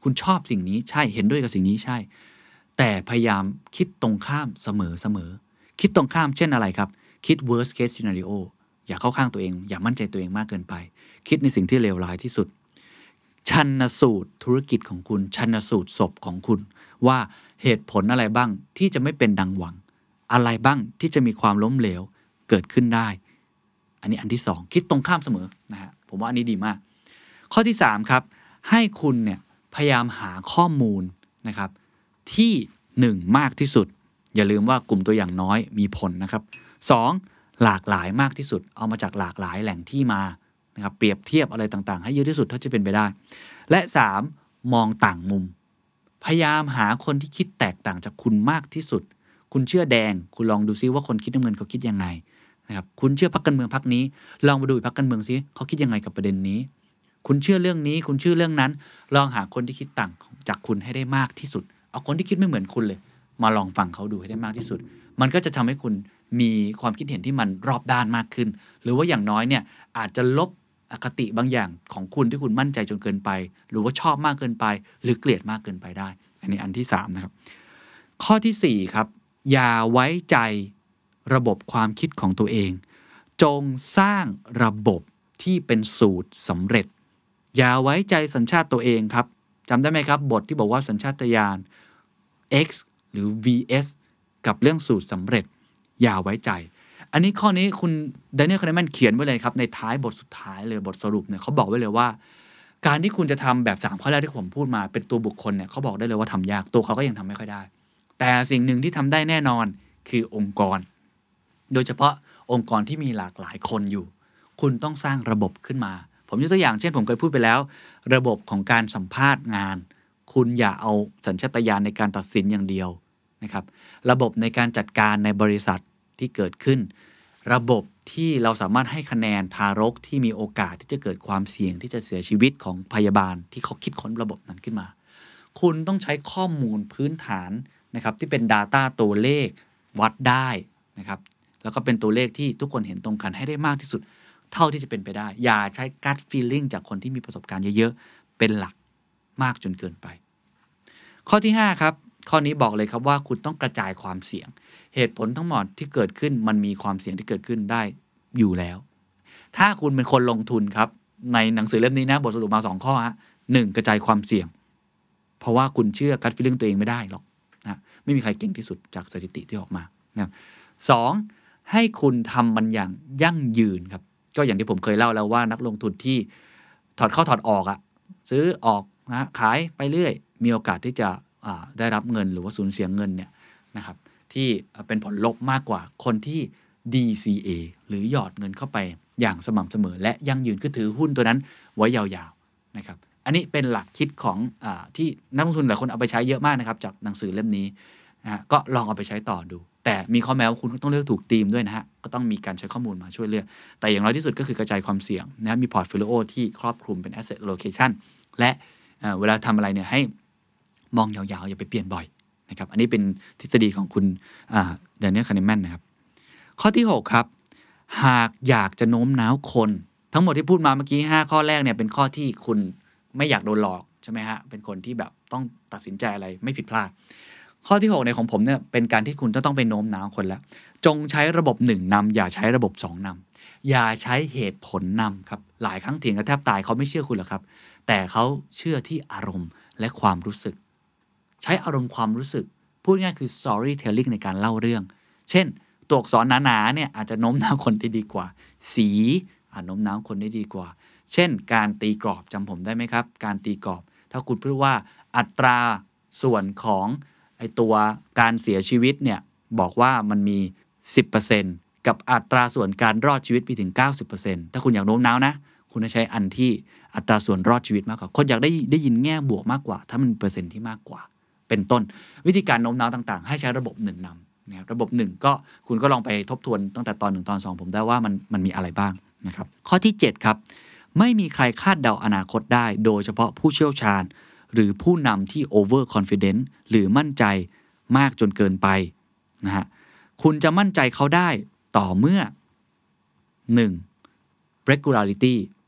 A: คุณชอบสิ่งนี้ใช่เห็นด้วยกับสิ่งนี้ใช่แต่พยายามคิดตรงข้ามเสมอคิดตรงข้ามเช่นอะไรครับคิด worst case scenario อย่าเข้าข้างตัวเองอย่ามั่นใจตัวเองมากเกินไปคิดในสิ่งที่เลวร้ายที่สุดชันสูตรธุรกิจของคุณชันสูตรศพของคุณว่าเหตุผลอะไรบ้างที่จะไม่เป็นดังหวังอะไรบ้างที่จะมีความล้มเหลวเกิดขึ้นได้อันนี้อันที่2คิดตรงข้ามเสมอนะฮะผมว่าอันนี้ดีมากข้อที่3ครับให้คุณเนี่ยพยายามหาข้อมูลนะครับที่1มากที่สุดอย่าลืมว่ากลุ่มตัวอย่างน้อยมีผลนะครับ2หลากหลายมากที่สุดเอามาจากหลากหลายแหล่งที่มานะครับเปรียบเทียบอะไรต่างๆให้เยอะที่สุดเท่าที่เป็นไปได้และ3มองต่างมุมพยายามหาคนที่คิดแตกต่างจากคุณมากที่สุดคุณเชื่อแดงคุณลองดูซิว่าคนคิดน้ำเงินเขาคิดยังไงนะครับคุณเชื่อพรรคการเมืองพรรคนี้ลองมาดูพรรคการเมืองซิเขาคิดยังไงกับประเด็นนี้คุณเชื่อเรื่องนี้คุณเชื่อเรื่องนั้นลองหาคนที่คิดต่างจากคุณให้ได้มากที่สุดเอาคนที่คิดไม่เหมือนคุณเลยมาลองฟังเขาดูให้ได้มากที่สุดมันก็จะทำให้คุณมีความคิดเห็นที่มันรอบด้านมากขึ้นหรือว่าอย่างน้อยเนี่ยอาจจะลบอคติบางอย่างของคุณที่คุณมั่นใจจนเกินไปหรือว่าชอบมากเกินไปหรือเกลียดมากเกินไปได้อันนี้อันที่3นะครับข้อที่4ครับอย่าไว้ใจระบบความคิดของตัวเองจงสร้างระบบที่เป็นสูตรสำเร็จอย่าไว้ใจสัญชาติตัวเองครับจำได้ไหมครับบทที่บอกว่าสัญชาตญาณ X หรือ VS กับเรื่องสูตรสำเร็จอย่าไว้ใจอันนี้ข้อนี้คุณแดเนียล คาร์เนแมนเขียนไว้เลยครับในท้ายบทสุดท้ายเลยบทสรุปเนี่ยเขาบอกไว้เลยว่าการที่คุณจะทำแบบ3ข้อแรกที่ผมพูดมาเป็นตัวบุคคลเนี่ยเขาบอกได้เลยว่าทำยากตัวเขาก็ยังทำไม่ค่อยได้แต่สิ่งหนึ่งที่ทำได้แน่นอนคือองค์กรโดยเฉพาะองค์กรที่มีหลากหลายคนอยู่คุณต้องสร้างระบบขึ้นมาผมยกตัวอย่างเช่นผมเคยพูดไปแล้วระบบของการสัมภาษณ์งานคุณอย่าเอาสัญชาตญาณในการตัดสินอย่างเดียวนะครับระบบในการจัดการในบริษัทที่เกิดขึ้นระบบที่เราสามารถให้คะแนนทารกที่มีโอกาสที่จะเกิดความเสี่ยงที่จะเสียชีวิตของพยาบาลที่เขาคิดค้นระบบนั้นขึ้นมาคุณต้องใช้ข้อมูลพื้นฐานนะครับที่เป็น Data ตัวเลขวัดได้นะครับแล้วก็เป็นตัวเลขที่ทุกคนเห็นตรงกันให้ได้มากที่สุดเท่าที่จะเป็นไปได้อย่าใช้ gut feeling จากคนที่มีประสบการณ์เยอะๆเป็นหลักมากจนเกินไปข้อที่5ครับข้อนี้บอกเลยครับว่าคุณต้องกระจายความเสี่ยงเหตุผลทั้งหมดที่เกิดขึ้นมันมีความเสี่ยงที่เกิดขึ้นได้อยู่แล้วถ้าคุณเป็นคนลงทุนครับในหนังสือเล่มนี้นะบทสรุปมา2ข้อฮะ1กระจายความเสี่ยงเพราะว่าคุณเชื่อ gut feeling ตัวเองไม่ได้หรอกนะไม่มีใครเก่งที่สุดจากสถิติที่ออกมานะ2ให้คุณทำมันอย่างยั่งยืนครับก็อย่างที่ผมเคยเล่าแล้วว่านักลงทุนที่ถอดเข้าถอดออกซื้อออกนะขายไปเรื่อยมีโอกาสที่จะได้รับเงินหรือว่าสูญเสียเงินเนี่ยนะครับที่เป็นผลลบมากกว่าคนที่ DCA หรือหยอดเงินเข้าไปอย่างสม่ำเสมอและยั่งยืนคือถือหุ้นตัวนั้นไว้ยาวๆนะครับอันนี้เป็นหลักคิดของที่นักลงทุนหลายคนเอาไปใช้เยอะมากนะครับจากหนังสือเล่มนี้ก็ลองเอาไปใช้ต่อดูแต่มีข้อแม้ว่าคุณต้องเลือกถูกธีมด้วยนะฮะก็ต้องมีการใช้ข้อมูลมาช่วยเลือกแต่อย่างน้อยที่สุดก็คือกระจายความเสี่ยงนะมีพอร์ตโฟลิโอที่ครอบคลุมเป็น asset allocation และเวลาทำอะไรเนี่ยให้มองยาวๆอย่าไปเปลี่ยนบ่อยนะครับอันนี้เป็นทฤษฎีของคุณแดเนียล คาร์เนแมนนะครับข้อที่6ครับหากอยากจะโน้มน้าวคนทั้งหมดที่พูดมาเมื่อกี้5ข้อแรกเนี่ยเป็นข้อที่คุณไม่อยากโดนหลอกใช่ไหมฮะเป็นคนที่แบบต้องตัดสินใจอะไรไม่ผิดพลาดข้อที่6ในของผมเนี่ยเป็นการที่คุณต้องไปโน้มน้าวคนแล้วจงใช้ระบบ1นำอย่าใช้ระบบ2นำอย่าใช้เหตุผลนำครับหลายครั้งเถียงกันแทบตายเขาไม่เชื่อคุณหรอกครับแต่เขาเชื่อที่อารมณ์และความรู้สึกใช้อารมณ์ความรู้สึกพูดง่ายคือ storytelling ในการเล่าเรื่องเช่นตัวอักษรหนาๆเนี่ยอาจจะโน้มน้าวคนได้ดีกว่าสีโน้มน้าวคนได้ดีกว่าเช่นการตีกรอบจำผมได้ไหมครับการตีกรอบถ้าคุณพูดว่าอัตราส่วนของไอตัวการเสียชีวิตเนี่ยบอกว่ามันมี 10% กับอัตราส่วนการรอดชีวิตไปถึง 90% ถ้าคุณอยากโน้มน้าวนะคุณจะใช้อันที่อัตราส่วนรอดชีวิตมากกว่าคนอยากได้ยินแง่บวกมากกว่าถ้ามันเปอร์เซ็นต์ที่มากกว่าเป็นต้นวิธีการโน้มน้าวต่างๆให้ใช้ระบบ1นำนะครับระบบ1ก็คุณก็ลองไปทบทวนตั้งแต่ตอน1ตอน2ผมได้ว่ามันมีอะไรบ้างนะครับข้อที่7ครับไม่มีใครคาดเดาอนาคตได้โดยเฉพาะผู้เชี่ยวชาญหรือผู้นำที่ over confident หรือมั่นใจมากจนเกินไปนะฮะคุณจะมั่นใจเขาได้ต่อเมื่อ 1. regularity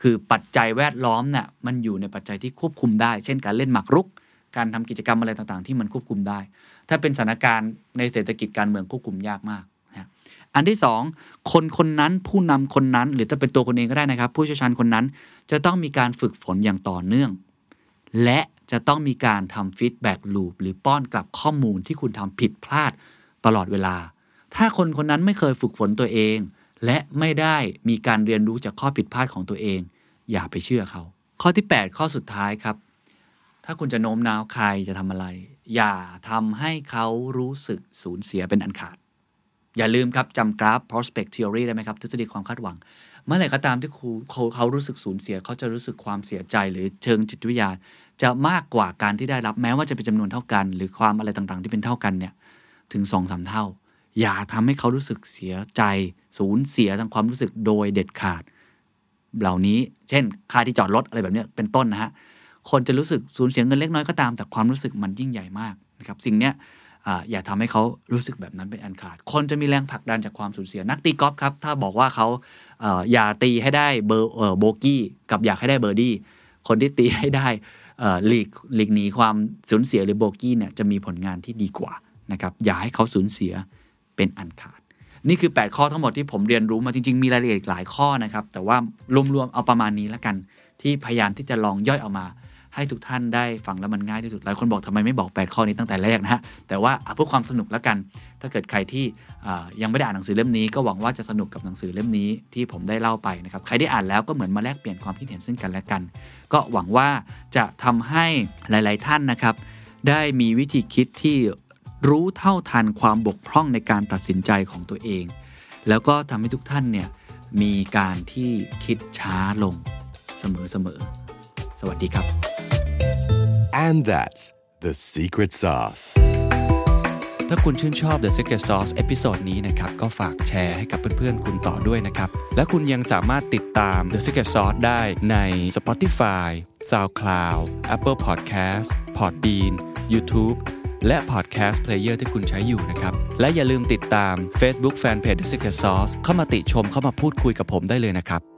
A: คือปัจจัยแวดล้อมเนี่ยมันอยู่ในปัจจัยที่ควบคุมได้เช่นการเล่นหมากรุกการทำกิจกรรมอะไรต่างๆที่มันควบคุมได้ถ้าเป็นสถานการณ์ในเศรษฐกิจการเมืองควบคุมยากมากนะอันที่สองคนนั้นผู้นำคนนั้นหรือจะเป็นตัวคนเองก็ได้นะครับผู้เชี่ยวชาญคนนั้นจะต้องมีการฝึกฝนอย่างต่อเนื่องและจะต้องมีการทำฟีดแบ็กลูปหรือป้อนกลับข้อมูลที่คุณทำผิดพลาดตลอดเวลาถ้าคนนั้นไม่เคยฝึกฝนตัวเองและไม่ได้มีการเรียนรู้จากข้อผิดพลาดของตัวเองอย่าไปเชื่อเขาข้อที่8ข้อสุดท้ายครับถ้าคุณจะโน้มน้าวใครจะทำอะไรอย่าทำให้เขารู้สึกสูญเสียเป็นอันขาดอย่าลืมครับจำกราฟ prospect theory ได้ไหมครับทฤษฎีความคาดหวังเมื่อไหร่ก็ตามที่เขารู้สึกสูญเสียเขาจะรู้สึกความเสียใจหรือเชิงจิตวิทยาจะมากกว่าการที่ได้รับแม้ว่าจะเป็นจำนวนเท่ากันหรือความอะไรต่างๆที่เป็นเท่ากันเนี่ยถึง 2-3 เท่าอย่าทำให้เขารู้สึกเสียใจสูญเสียทางความรู้สึกโดยเด็ดขาดเหล่านี้เช่นค่าที่จอดรถอะไรแบบนี้เป็นต้นนะฮะคนจะรู้สึกสูญเสียเงินเล็กน้อยก็ตามแต่ความรู้สึกมันยิ่งใหญ่มากนะครับสิ่งเนี้ยอย่าทำให้เขารู้สึกแบบนั้นเป็นอันขาดคนจะมีแรงผลักดันจากความสูญเสียนักตีกอล์ฟครับถ้าบอกว่าเขาอย่าตีให้ได้โบกี้กับอยากให้ได้เบอร์ดี้คนที่ตีให้ได้หลีกหนีความสูญเสียหรือโบกี้เนี่ยจะมีผลงานที่ดีกว่านะครับอย่าให้เขาสูญเสียเป็นอันขาดนี่คือ8ข้อทั้งหมดที่ผมเรียนรู้มาจริงๆมีรายละเอียดอีกหลายข้อนะครับแต่ว่ารวมๆเอาประมาณนี้แล้วกันที่พยายามที่จะลองย่อยออกมาให้ทุกท่านได้ฟังแล้วมันง่ายที่สุดหลายคนบอกทำไมไม่บอก8ข้อนี้ตั้งแต่แรกนะฮะแต่ว่าเพื่อความสนุกแล้วกันถ้าเกิดใครที่ยังไม่ได้อ่านหนังสือเล่มนี้ก็หวังว่าจะสนุกกับหนังสือเล่มนี้ที่ผมได้เล่าไปนะครับใครได้อ่านแล้วก็เหมือนมาแลกเปลี่ยนความคิดเห็นซึ่งกันและกันก็หวังว่าจะทำให้หลายๆท่านนะครับได้มีวิธีคิดที่รู้เท่าทันความบกพร่องในการตัดสินใจของตัวเองแล้วก็ทำให้ทุกท่านเนี่ยมีการที่คิดช้าลงเสมอๆสวัสดีครับ
B: And that's the secret sauce.
D: ถ้าคุณชื่นชอบ The Secret Sauce เอพิโซดนี้นะครับก็ฝากแชร์ให้กับเพื่อนๆคุณต่อด้วยนะครับและคุณยังสามารถติดตาม The Secret Sauce ได้ใน Spotify, SoundCloud, Apple Podcast, Podbean, YouTube และ Podcast Player ที่คุณใช้อยู่นะครับและอย่าลืมติดตาม Facebook Fanpage The Secret Sauce เข้ามาติชมเข้ามาพูดคุยกับผมได้เลยนะครับ